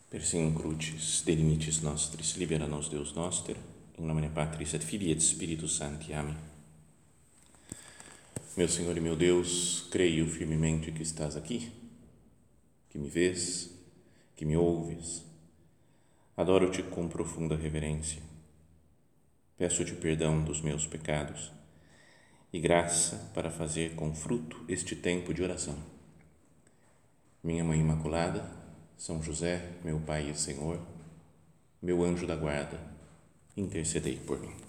Persim crucis, de limites nostris, libera-nos Deus noster, in nomine Patris et Filii et Spiritus Sancti. Amém. Meu Senhor e meu Deus, creio firmemente que estás aqui, que me vês, que me ouves. Adoro-te com profunda reverência. Peço-te perdão dos meus pecados e graça para fazer com fruto este tempo de oração. Minha Mãe Imaculada, São José, meu Pai e Senhor, meu anjo da guarda, intercedei por mim.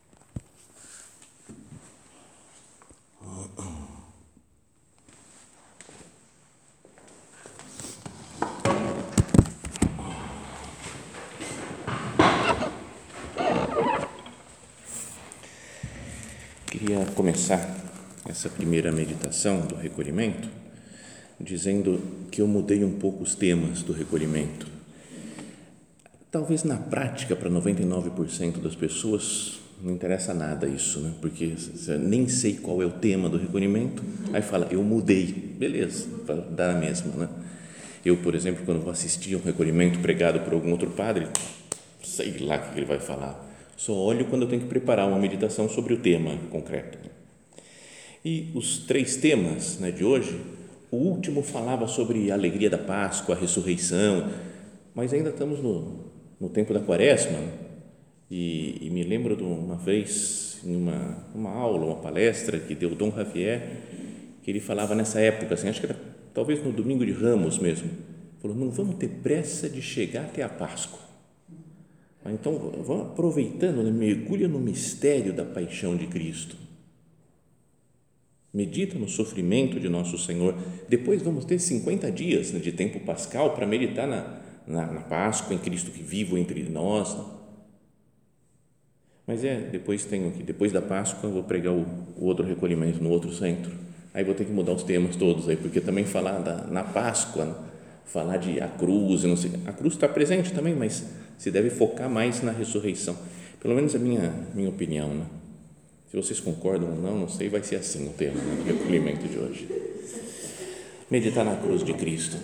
Queria começar essa primeira meditação do recolhimento dizendo que eu mudei um pouco os temas do recolhimento. Talvez na prática, para 99% das pessoas, não interessa nada isso, né? Porque nem sei qual é o tema do recolhimento, aí fala, eu mudei, beleza, dá a mesma, né? Eu, por exemplo, quando vou assistir um recolhimento pregado por algum outro padre, sei lá o que ele vai falar, só olho quando eu tenho que preparar uma meditação sobre o tema concreto. E os 3 temas, né, de hoje, o último falava sobre a alegria da Páscoa, a ressurreição, mas ainda estamos no tempo da Quaresma, e me lembro de uma vez, em uma aula, uma palestra que deu Dom Javier, que ele falava nessa época, assim, acho que era talvez no domingo de Ramos mesmo, falou, não vamos ter pressa de chegar até a Páscoa, então vamos aproveitando, né, mergulha no mistério da paixão de Cristo, medita no sofrimento de nosso Senhor, depois vamos ter 50 dias, né, de tempo pascal para meditar na Páscoa, em Cristo que vivo entre nós, mas depois da Páscoa eu vou pregar o outro recolhimento no outro centro, aí vou ter que mudar os temas todos, aí, porque também falar na Páscoa, falar de a cruz, não sei, a cruz está presente também, mas se deve focar mais na ressurreição, pelo menos é a minha opinião, né? Se vocês concordam ou não, não sei, vai ser assim o tema, né, do recolhimento de hoje. Meditar na cruz de Cristo.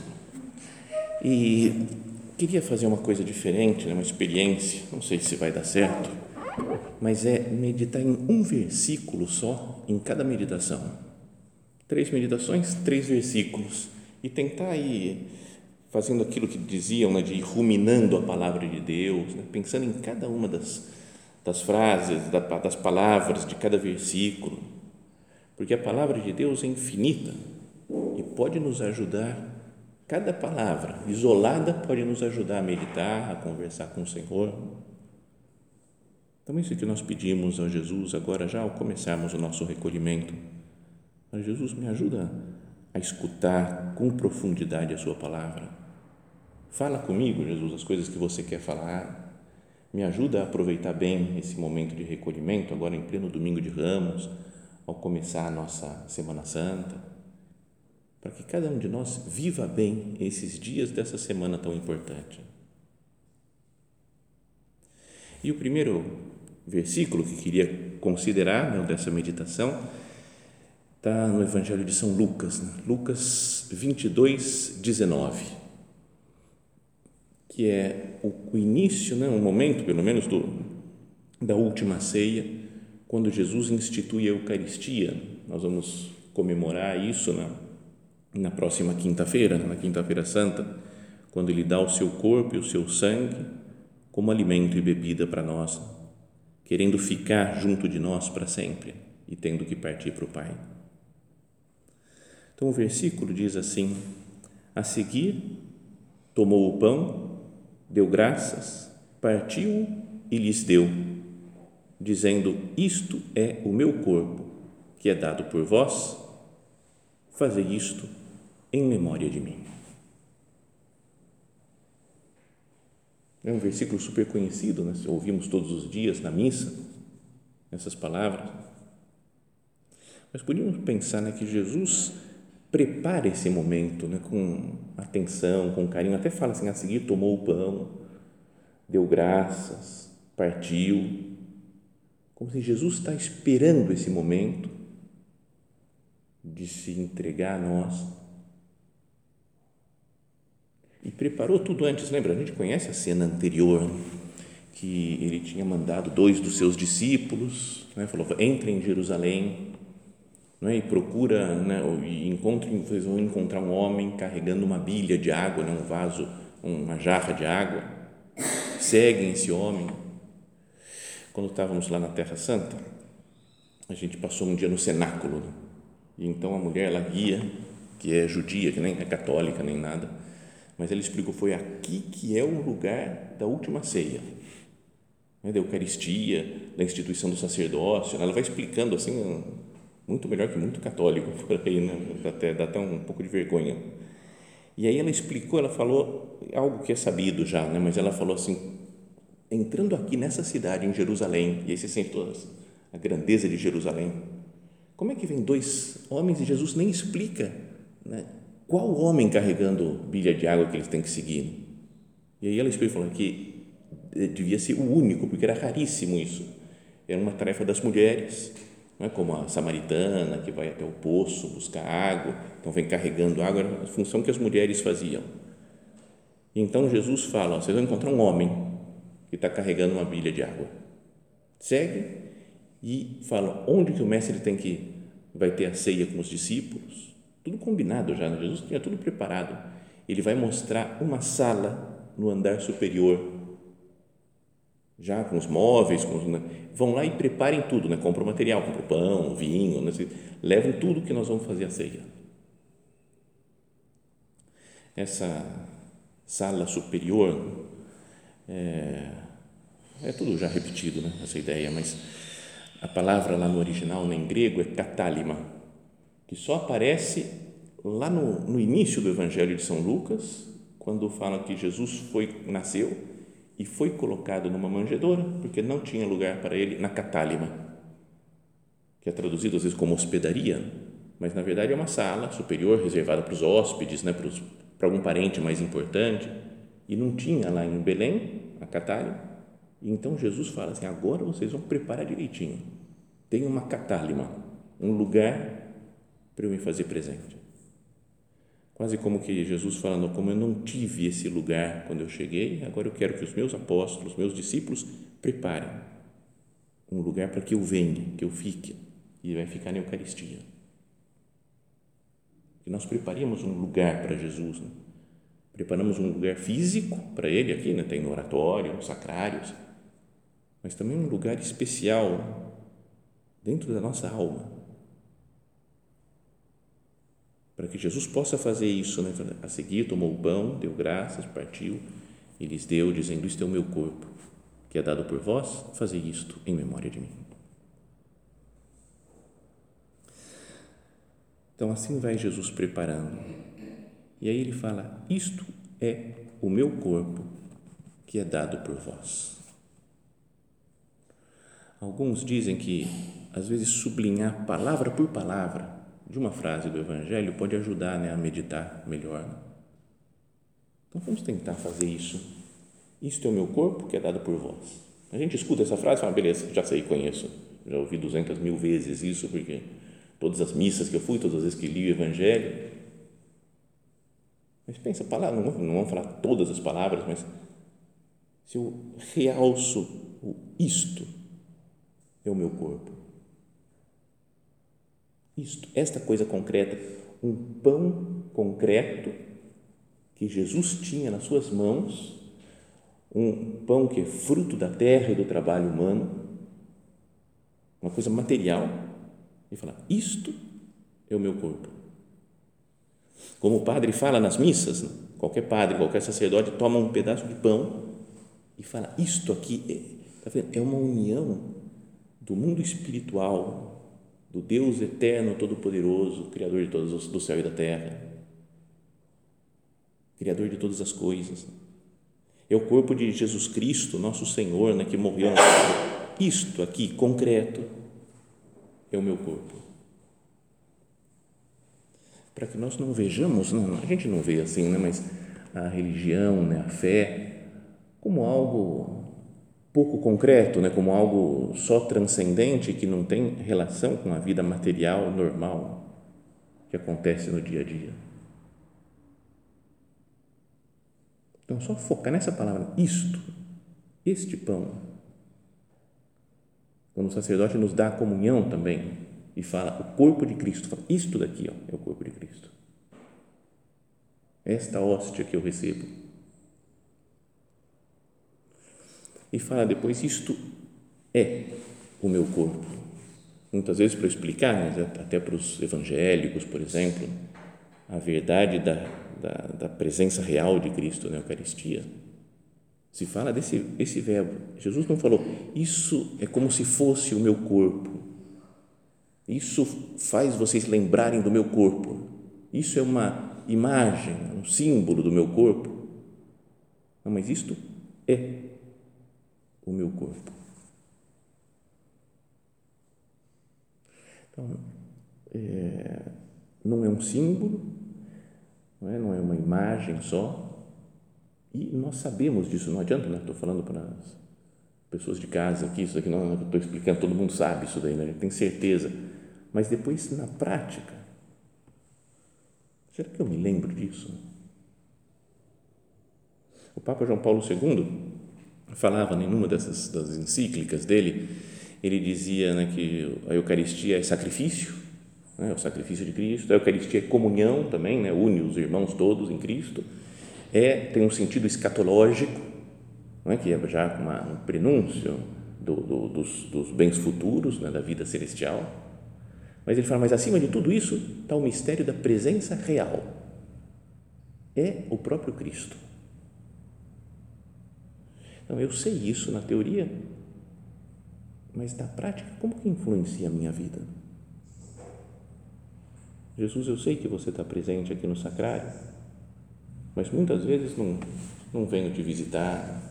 E queria fazer uma coisa diferente, né, uma experiência, não sei se vai dar certo, mas é meditar em um versículo só em cada meditação. 3 meditações, 3 versículos. E tentar ir fazendo aquilo que diziam, né, de ir ruminando a palavra de Deus, né, pensando em cada uma das frases, das palavras de cada versículo, porque a palavra de Deus é infinita e pode nos ajudar, cada palavra isolada pode nos ajudar a meditar, a conversar com o Senhor. Então, isso que nós pedimos a Jesus agora, já ao começarmos o nosso recolhimento. Jesus, me ajuda a escutar com profundidade a sua palavra. Fala comigo, Jesus, as coisas que você quer falar. Me ajuda a aproveitar bem esse momento de recolhimento, agora em pleno domingo de Ramos, ao começar a nossa Semana Santa, para que cada um de nós viva bem esses dias dessa semana tão importante. E o primeiro versículo que queria considerar, né, dessa meditação está no Evangelho de São Lucas, né? Lucas 22, 19, que é o início, né, um momento, pelo menos, da última ceia, quando Jesus institui a Eucaristia. Nós vamos comemorar isso na próxima quinta-feira, na Quinta-feira Santa, quando Ele dá o seu corpo e o seu sangue como alimento e bebida para nós, querendo ficar junto de nós para sempre e tendo que partir para o Pai. Então, o versículo diz assim: a seguir, tomou o pão, deu graças, partiu e lhes deu, dizendo, isto é o meu corpo, que é dado por vós, fazei isto em memória de mim. É um versículo super conhecido, né? Ouvimos todos os dias na missa, essas palavras, mas podíamos pensar, né, que Jesus prepara esse momento, né, com atenção, com carinho, até fala assim, a seguir tomou o pão, deu graças, partiu, como se Jesus está esperando esse momento de se entregar a nós. e preparou tudo antes. Lembra? A gente conhece a cena anterior, né? Que ele tinha mandado 2 dos seus discípulos, né? Falou: entre em Jerusalém, né? E procura, né? E vocês vão encontrar um homem carregando uma bilha de água, né? Um vaso, uma jarra de água. Seguem esse homem. Quando estávamos lá na Terra Santa, a gente passou um dia no cenáculo, né? E então a mulher, ela guia, que é judia, que nem é católica nem nada, mas ela explicou: foi aqui que é o lugar da última ceia, né, da Eucaristia, da instituição do sacerdócio. Ela vai explicando assim, muito melhor que muito católico por aí, né? Dá até um pouco de vergonha. E aí ela explicou, ela falou algo que é sabido já, né? Mas ela falou assim: entrando aqui nessa cidade, em Jerusalém, e aí você sente toda a grandeza de Jerusalém, como é que vem 2 homens e Jesus nem explica, né, qual homem carregando bilha de água que eles têm que seguir? E aí ela explicou, falando que devia ser o único, porque era raríssimo isso. Era uma tarefa das mulheres, não é como a samaritana que vai até o poço buscar água, então vem carregando água, era a função que as mulheres faziam. E então Jesus fala: ó, vocês vão encontrar um homem que está carregando uma bilha de água. Segue e fala onde que o mestre vai ter a ceia com os discípulos. Tudo combinado já, né? Jesus tinha tudo preparado. Ele vai mostrar uma sala no andar superior, já com os móveis, né? Vão lá e preparem tudo, né? Compram o material, compram o pão, o vinho, né? Levam tudo que nós vamos fazer a ceia. Essa sala superior é tudo já repetido, né? Essa ideia, mas a palavra lá no original, né, em grego, é katálima, que só aparece lá no início do Evangelho de São Lucas, quando fala que Jesus nasceu e foi colocado numa manjedoura, porque não tinha lugar para ele na katálima, que é traduzido às vezes como hospedaria, mas na verdade é uma sala superior reservada para os hóspedes, né, para algum parente mais importante, e não tinha lá em Belém a katálima. E então Jesus fala assim: agora vocês vão preparar direitinho, tem uma katálima, um lugar para eu me fazer presente. Quase como que Jesus falando: como eu não tive esse lugar quando eu cheguei, agora eu quero que os meus apóstolos, meus discípulos, preparem um lugar para que eu venha, que eu fique, e vai ficar na Eucaristia. Que nós preparemos um lugar para Jesus, né? Preparamos um lugar físico para ele aqui, né? Tem no oratório, nos sacrários, mas também um lugar especial dentro da nossa alma, para que Jesus possa fazer isso, né? A seguir tomou o pão, deu graças, partiu e lhes deu, dizendo: isto é o meu corpo, que é dado por vós, fazei isto em memória de mim. Então assim vai Jesus preparando, e aí ele fala: isto é o meu corpo, que é dado por vós. Alguns dizem que, às vezes, sublinhar palavra por palavra de uma frase do Evangelho pode ajudar, né, a meditar melhor. Então, vamos tentar fazer isso. Isto é o meu corpo, que é dado por vós. A gente escuta essa frase e fala: beleza, já sei, conheço. Já ouvi 200.000 vezes isso, porque todas as missas que eu fui, todas as vezes que li o Evangelho. Mas pensa, palavra, não vamos falar todas as palavras, mas se eu realço o isto é o meu corpo. Esta coisa concreta, um pão concreto que Jesus tinha nas suas mãos, um pão que é fruto da terra e do trabalho humano, uma coisa material, e falar: isto é o meu corpo. Como o padre fala nas missas, né? Qualquer padre, qualquer sacerdote toma um pedaço de pão e fala: isto aqui é uma união do mundo espiritual, do Deus eterno, todo-poderoso, Criador de todos do céu e da terra, Criador de todas as coisas. É o corpo de Jesus Cristo, nosso Senhor, né, que morreu. Isto aqui, concreto, é o meu corpo. Para que nós não vejamos, a gente não vê assim, né, mas a religião, né, a fé, como algo pouco concreto, né, como algo só transcendente, que não tem relação com a vida material normal que acontece no dia a dia. Então, só focar nessa palavra, isto, este pão. Quando o sacerdote nos dá a comunhão também e fala o corpo de Cristo, fala, isto daqui é o corpo de Cristo. Esta hóstia que eu recebo. E fala depois, isto é o meu corpo. Muitas vezes para explicar, mas até para os evangélicos, por exemplo, a verdade da presença real de Cristo na Eucaristia, se fala esse verbo. Jesus não falou, isso é como se fosse o meu corpo, isso faz vocês lembrarem do meu corpo, isso é uma imagem, um símbolo do meu corpo. Não, mas isto é o meu corpo. Então, não é um símbolo, não é uma imagem só, e nós sabemos disso, não adianta, estou falando para as pessoas de casa aqui, isso aqui não estou explicando, todo mundo sabe isso daí, a gente tem certeza, mas depois na prática, será que eu me lembro disso? O Papa João Paulo II falava em uma das encíclicas dele, ele dizia que a Eucaristia é sacrifício, o sacrifício de Cristo, a Eucaristia é comunhão também, une os irmãos todos em Cristo, tem um sentido escatológico, que é já um prenúncio dos bens futuros, da vida celestial, mas ele fala, mas acima de tudo isso está o mistério da presença real, é o próprio Cristo. Então, eu sei isso na teoria, mas na prática, como que influencia a minha vida? Jesus, eu sei que você está presente aqui no sacrário, mas muitas vezes não venho te visitar,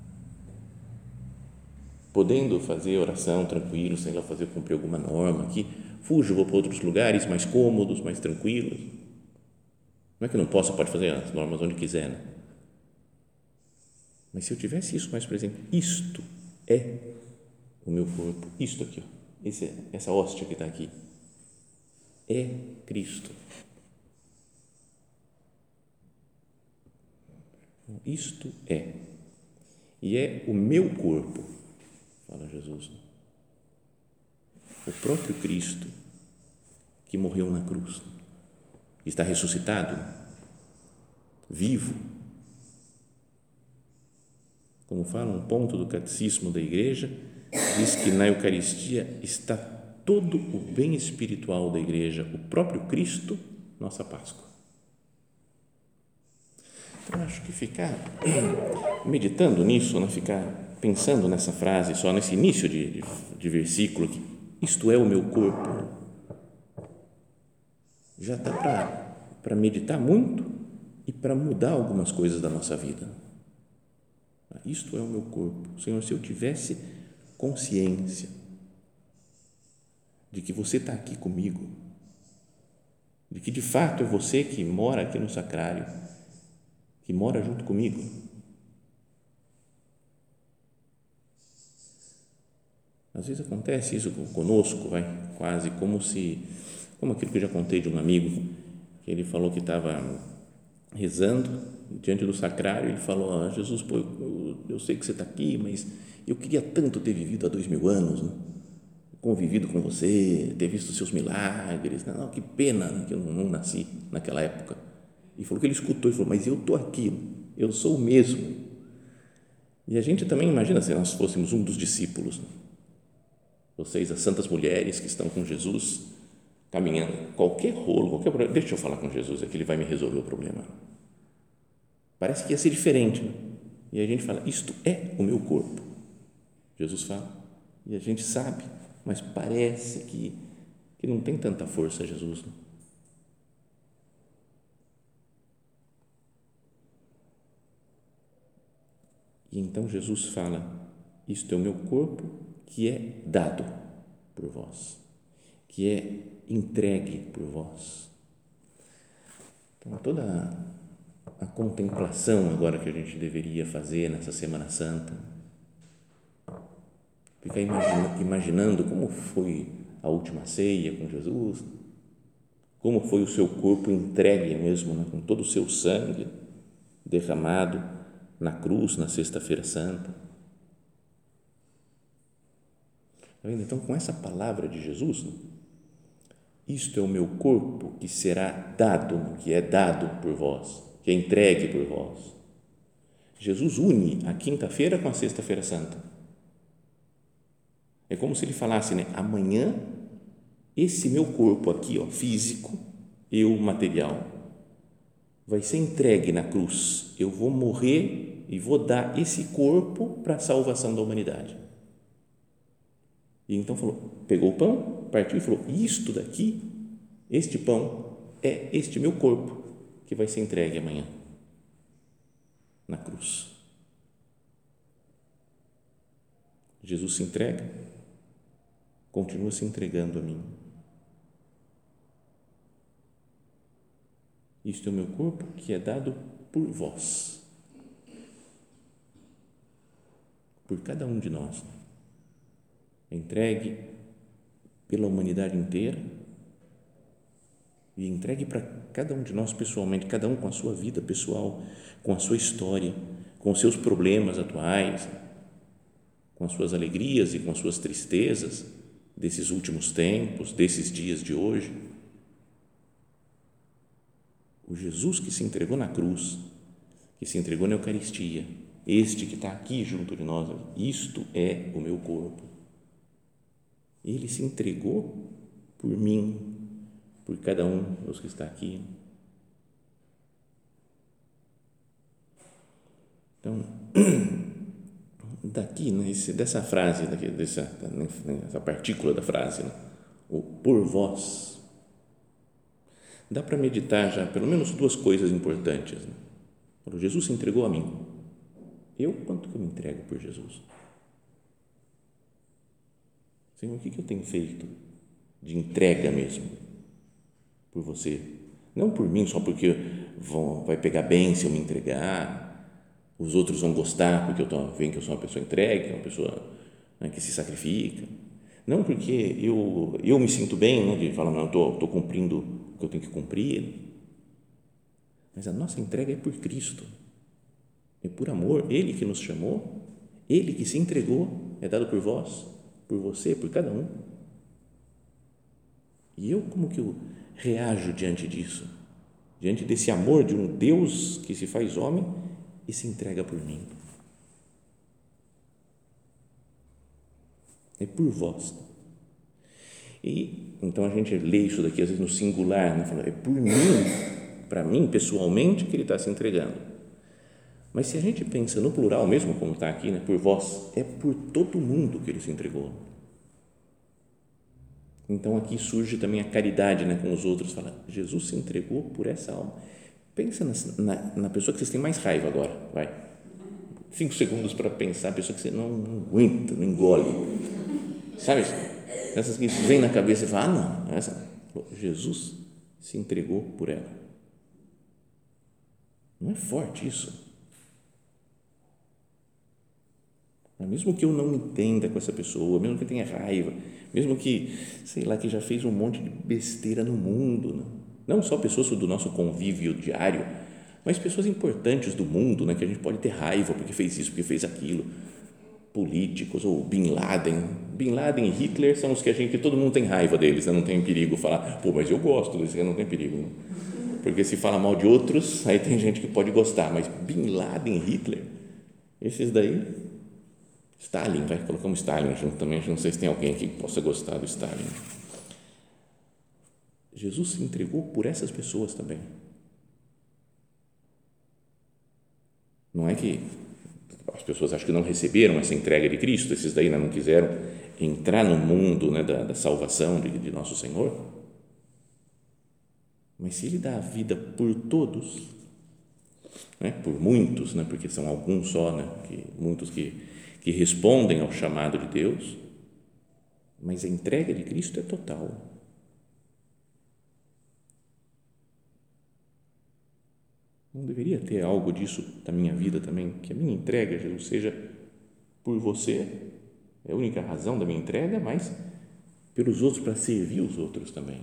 podendo fazer oração tranquilo, sem lá cumprir alguma norma aqui, fujo, vou para outros lugares mais cômodos, mais tranquilos. Não é que não possa, pode fazer as normas onde quiser, né? Mas se eu tivesse isso mais presente, isto é o meu corpo, isto aqui, essa hóstia que está aqui, é Cristo. Isto é, e é o meu corpo, fala Jesus, o próprio Cristo que morreu na cruz, está ressuscitado, vivo, como fala um ponto do catecismo da igreja, diz que na Eucaristia está todo o bem espiritual da igreja, o próprio Cristo, nossa Páscoa. Então, acho que ficar meditando nisso, ficar pensando nessa frase, só nesse início de versículo, que isto é o meu corpo, já dá para meditar muito e para mudar algumas coisas da nossa vida. Isto é o meu corpo. Senhor, se eu tivesse consciência de que você está aqui comigo, de que de fato é você que mora aqui no sacrário, que mora junto comigo. Às vezes acontece isso conosco, quase como aquilo que eu já contei de um amigo, que ele falou que estava rezando diante do sacrário, ele falou, Jesus, eu sei que você está aqui, mas eu queria tanto ter vivido há 2000 anos, convivido com você, ter visto seus milagres, que pena que eu não nasci naquela época. E falou que ele escutou e falou, mas eu estou aqui, eu sou o mesmo. E a gente também imagina se nós fôssemos um dos discípulos, vocês, as santas mulheres que estão com Jesus, caminhando, qualquer rolo, qualquer problema, deixa eu falar com Jesus, é que ele vai me resolver o problema. Parece que ia ser diferente, E a gente fala, isto é o meu corpo. Jesus fala, e a gente sabe, mas parece que não tem tanta força Jesus, E então Jesus fala, isto é o meu corpo que é dado por vós, que é entregue por vós. Então, toda a contemplação agora que a gente deveria fazer nessa Semana Santa, ficar imaginando como foi a última ceia com Jesus, como foi o seu corpo entregue mesmo, com todo o seu sangue derramado na cruz, na Sexta-feira Santa. Tá vendo? Então, com essa palavra de Jesus, isto é o meu corpo que será dado, que é dado por vós, que é entregue por vós. Jesus une a quinta-feira com a Sexta-feira Santa. É como se ele falasse, né? Amanhã, esse meu corpo aqui, ó, físico, eu material, vai ser entregue na cruz. Eu vou morrer e vou dar esse corpo para a salvação da humanidade. E então falou, pegou o pão, partiu e falou, isto daqui, este pão, é este meu corpo que vai ser entregue amanhã na cruz. Jesus se entrega, continua se entregando a mim. Isto é o meu corpo que é dado por vós, por cada um de nós, entregue pela humanidade inteira e entregue para cada um de nós pessoalmente, cada um com a sua vida pessoal, com a sua história, com os seus problemas atuais, com as suas alegrias e com as suas tristezas desses últimos tempos, desses dias de hoje. O Jesus que se entregou na cruz, que se entregou na Eucaristia, este que está aqui junto de nós, isto é o meu corpo. Ele se entregou por mim, por cada um dos que está aqui. Então, daqui, né, dessa frase, dessa partícula da frase, né, o por vós, dá para meditar já pelo menos duas coisas importantes. Né? Jesus se entregou a mim. Quanto que eu me entrego por Jesus? Senhor, o que eu tenho feito de entrega mesmo por você? Não por mim, só porque vai pegar bem se eu me entregar, os outros vão gostar porque veem que eu sou uma pessoa entregue, uma pessoa, né, que se sacrifica. Não porque eu me sinto bem, né, de falar, não, estou cumprindo o que eu tenho que cumprir. Mas a nossa entrega é por Cristo, é por amor. Ele que nos chamou, Ele que se entregou, é dado por vós, por você, por cada um. E como que eu reajo diante disso? Diante desse amor de um Deus que se faz homem e se entrega por mim. É por vós. E então a gente lê isso daqui às vezes no singular, né? Fala, é por mim, para mim pessoalmente que ele está se entregando. Mas se a gente pensa no plural mesmo, como está aqui, né? Por vós, é por todo mundo que ele se entregou. Então aqui surge também a caridade, né, com os outros. Fala, Jesus se entregou por essa alma. Pensa na pessoa que vocês têm mais raiva agora, vai. 5 segundos para pensar, a pessoa que você não aguenta, não engole. Sabe? Essas que vêm na cabeça e falam, não, essa, Jesus se entregou por ela. Não é forte isso? Mesmo que eu não entenda com essa pessoa, mesmo que eu tenha raiva, mesmo que, sei lá, que já fez um monte de besteira no mundo, não só pessoas do nosso convívio diário, mas pessoas importantes do mundo, né, que a gente pode ter raiva porque fez isso, porque fez aquilo, políticos, ou Bin Laden e Hitler são os que todo mundo tem raiva deles, né? Não tem perigo falar, pô, mas eu gosto desse, não tem perigo, né? Porque se fala mal de outros, aí tem gente que pode gostar, mas Bin Laden e Hitler, esses daí, Stalin, colocamos Stalin junto também, não sei se tem alguém que possa gostar do Stalin. Jesus se entregou por essas pessoas também. Não é que as pessoas acham que não receberam essa entrega de Cristo, esses daí não quiseram entrar no mundo, né, da salvação de nosso Senhor. Mas se Ele dá a vida por todos, né, por muitos, né, porque são alguns só, né, muitos que respondem ao chamado de Deus, mas a entrega de Cristo é total. Não deveria ter algo disso da minha vida também, que a minha entrega, Jesus, seja por você, é a única razão da minha entrega, mas pelos outros, para servir os outros também.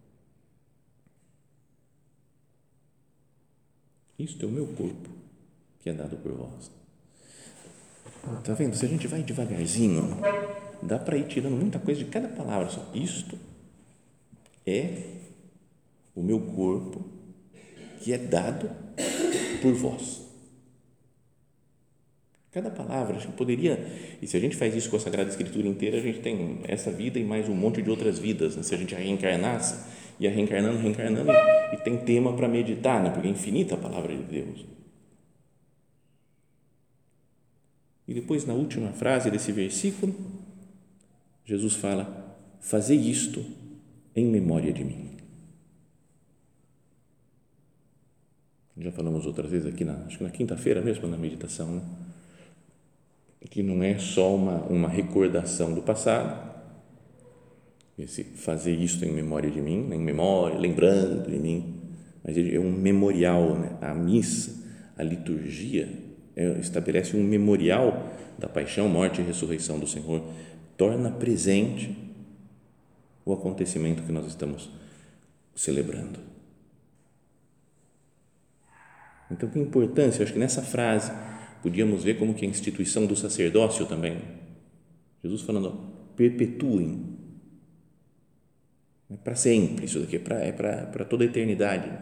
Isto é o meu corpo, que é dado por vós. Está vendo? Se a gente vai devagarzinho, dá para ir tirando muita coisa de cada palavra. Só isto é o meu corpo que é dado por vós. Cada palavra, a gente poderia, e se a gente faz isso com a Sagrada Escritura inteira, a gente tem essa vida e mais um monte de outras vidas, né? Se a gente reencarnasse, ia reencarnando e tem tema para meditar, né? Porque é infinita a palavra de Deus. E depois, na última frase desse versículo, Jesus fala: fazei isto em memória de mim. Já falamos outras vezes aqui, acho que na quinta-feira mesmo, na meditação, né? Que não é só uma recordação do passado, esse fazer isto em memória de mim, em memória, lembrando de mim, mas é um memorial, né? A missa, a liturgia estabelece um memorial da paixão, morte e ressurreição do Senhor, torna presente o acontecimento que nós estamos celebrando. Então, que importância, eu acho que nessa frase podíamos ver como que a instituição do sacerdócio também, Jesus falando, perpetuem, é para sempre, isso daqui é para toda a eternidade,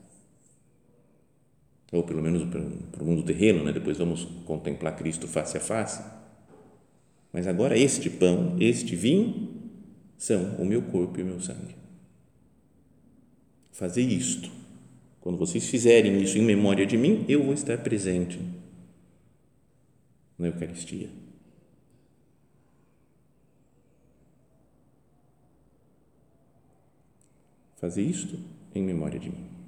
ou pelo menos para o mundo terreno, né? Depois vamos contemplar Cristo face a face, mas agora este pão, este vinho são o meu corpo e o meu sangue. Fazer isto, quando vocês fizerem isso em memória de mim, eu vou estar presente na Eucaristia. Fazer isto em memória de mim.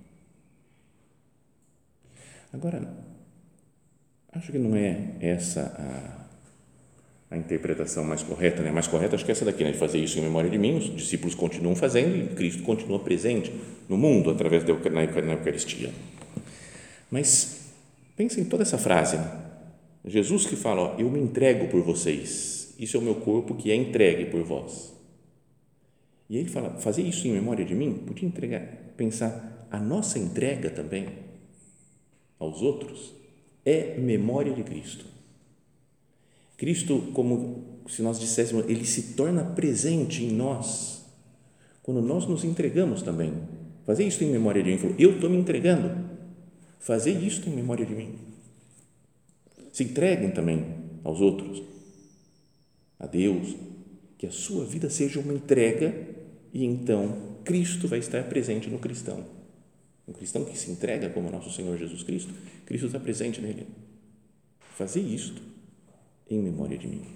Agora, acho que não é essa a interpretação mais correta, né? A mais correta acho que é essa daqui, né? De fazer isso em memória de mim, os discípulos continuam fazendo e Cristo continua presente no mundo através da Eucaristia. Mas pensa em toda essa frase, né? Jesus que fala, eu me entrego por vocês, isso é o meu corpo que é entregue por vós. E aí ele fala, fazer isso em memória de mim, podia pensar, a nossa entrega também aos outros é memória de Cristo. Cristo, como se nós disséssemos, ele se torna presente em nós quando nós nos entregamos também. Fazer isso em memória de mim, eu estou me entregando, fazer isto em memória de mim. Se entreguem também aos outros, a Deus, que a sua vida seja uma entrega e então Cristo vai estar presente no cristão. Um cristão que se entrega como nosso Senhor Jesus Cristo, Cristo está presente nele. Fazer isto em memória de mim.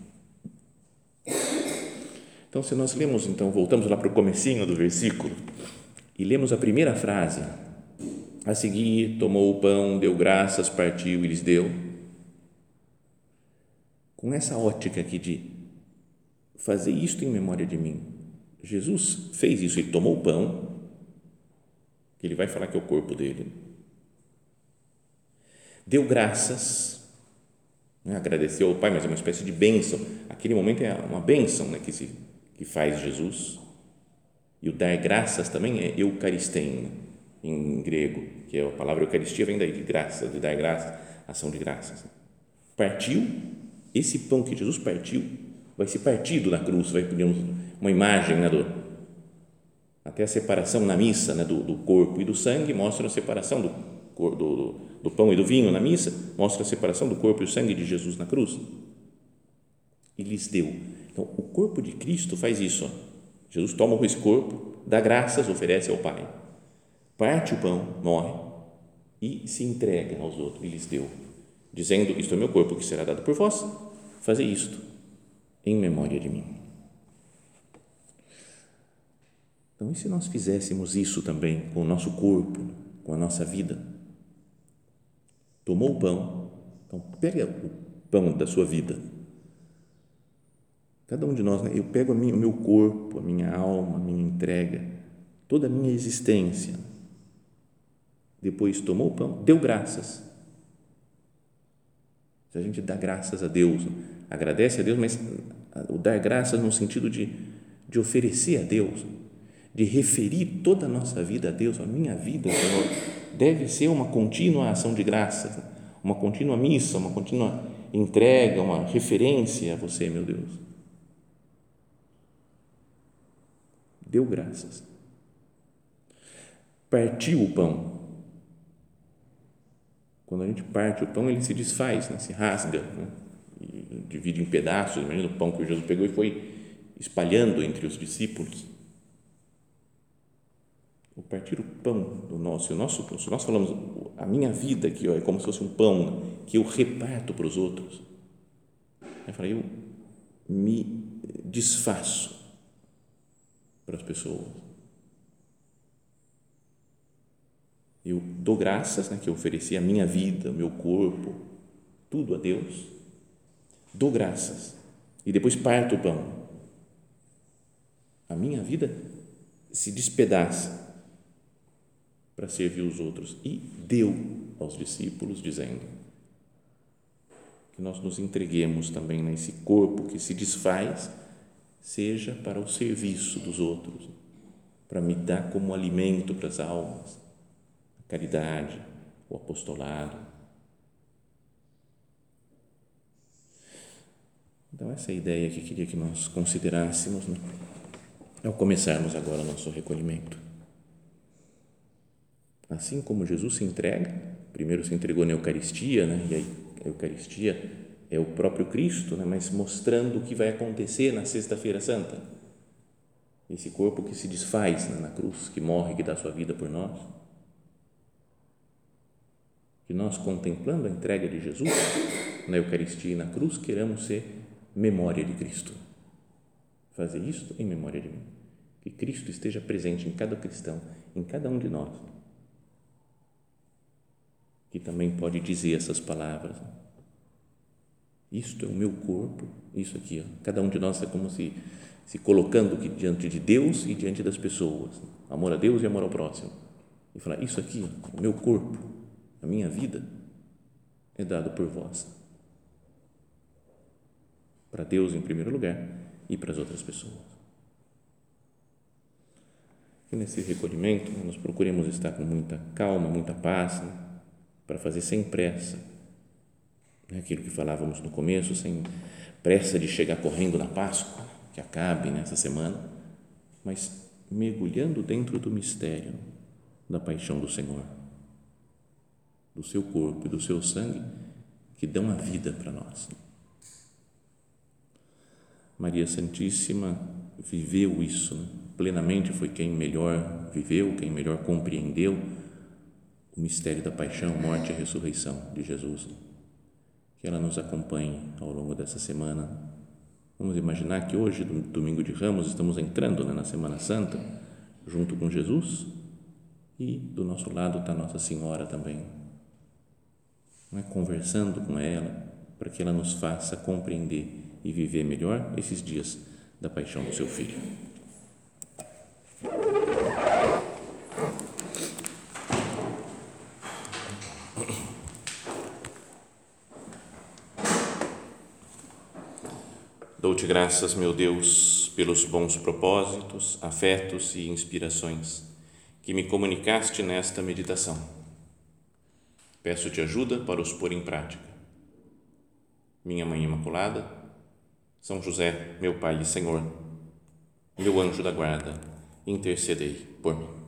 Então, se nós lemos, então, voltamos lá para o comecinho do versículo e lemos a primeira frase, a seguir, tomou o pão, deu graças, partiu e lhes deu. Com essa ótica aqui de fazer isto em memória de mim, Jesus fez isso, ele tomou o pão, que ele vai falar que é o corpo dele, deu graças, né? Agradeceu ao Pai, mas é uma espécie de bênção, aquele momento é uma bênção, né? que faz Jesus, e o dar graças também é eucaristein, em grego, que é a palavra Eucaristia vem daí de graça, de dar graças, ação de graças. Partiu, esse pão que Jesus partiu, vai ser partido na cruz, vai pedir uma imagem, né, até a separação na missa, né, do corpo e do sangue, mostra a separação do pão e do vinho na missa, mostra a separação do corpo e do sangue de Jesus na cruz. E lhes deu. Então, o corpo de Cristo faz isso. Ó. Jesus toma esse corpo, dá graças, oferece ao Pai, parte o pão, morre e se entrega aos outros e lhes deu, dizendo, isto é meu corpo que será dado por vós, fazei isto em memória de mim. Então, e se nós fizéssemos isso também com o nosso corpo, com a nossa vida? Tomou o pão, então pega o pão da sua vida. Cada um de nós, né? Eu pego o meu corpo, a minha alma, a minha entrega, toda a minha existência. Depois tomou o pão, deu graças. Se a gente dá graças a Deus, agradece a Deus, mas o dar graças no sentido de oferecer a Deus, de referir toda a nossa vida a Deus, a minha vida, Senhor, deve ser uma contínua ação de graças, uma contínua missa, uma contínua entrega, uma referência a você, meu Deus. Deu graças. Partiu o pão. Quando a gente parte o pão, ele se desfaz, né? Se rasga, né? E divide em pedaços. Imagina o pão que Jesus pegou e foi espalhando entre os discípulos. O partir o pão do nosso, se nós falamos, a minha vida aqui, ó, é como se fosse um pão que eu reparto para os outros. Eu falei, eu me desfaço para as pessoas. Eu dou graças, né, que eu ofereci a minha vida, o meu corpo, tudo a Deus. Dou graças e depois parto o pão. A minha vida se despedaça para servir os outros e deu aos discípulos, dizendo que nós nos entreguemos também nesse corpo que se desfaz, seja para o serviço dos outros, para me dar como alimento para as almas, a caridade, o apostolado. Então, essa é a ideia que queria que nós considerássemos, né, ao começarmos agora o nosso recolhimento. Assim como Jesus se entrega, primeiro se entregou na Eucaristia, né, e a Eucaristia é o próprio Cristo, né, mas mostrando o que vai acontecer na Sexta-feira Santa. Esse corpo que se desfaz, né, na cruz, que morre, que dá sua vida por nós. Que nós, contemplando a entrega de Jesus na Eucaristia e na cruz, queremos ser memória de Cristo. Fazer isso em memória de mim. Que Cristo esteja presente em cada cristão, em cada um de nós. Que também pode dizer essas palavras. Isto é o meu corpo, isso aqui, ó. Cada um de nós é como se colocando aqui diante de Deus e diante das pessoas. Amor a Deus e amor ao próximo. E falar, isso aqui, ó, o meu corpo, a minha vida é dado por vós. Para Deus em primeiro lugar e para as outras pessoas. E nesse recolhimento, nós procuremos estar com muita calma, muita paz, né, para fazer sem pressa, né, aquilo que falávamos no começo, sem pressa de chegar correndo na Páscoa, que acabe nessa semana, mas mergulhando dentro do mistério da paixão do Senhor, do seu corpo e do seu sangue, que dão a vida para nós. Maria Santíssima viveu isso, né? Plenamente, foi quem melhor viveu, quem melhor compreendeu o mistério da paixão, morte e ressurreição de Jesus. Que ela nos acompanhe ao longo dessa semana. Vamos imaginar que hoje, domingo de Ramos, estamos entrando, né, na Semana Santa, junto com Jesus, e do nosso lado está Nossa Senhora também, né, conversando com ela, para que ela nos faça compreender e viver melhor esses dias da paixão do seu Filho. Dou-te graças, meu Deus, pelos bons propósitos, afetos e inspirações que me comunicaste nesta meditação. Peço-te ajuda para os pôr em prática. Minha Mãe Imaculada, São José, meu Pai e Senhor, meu anjo da guarda, intercedei por mim.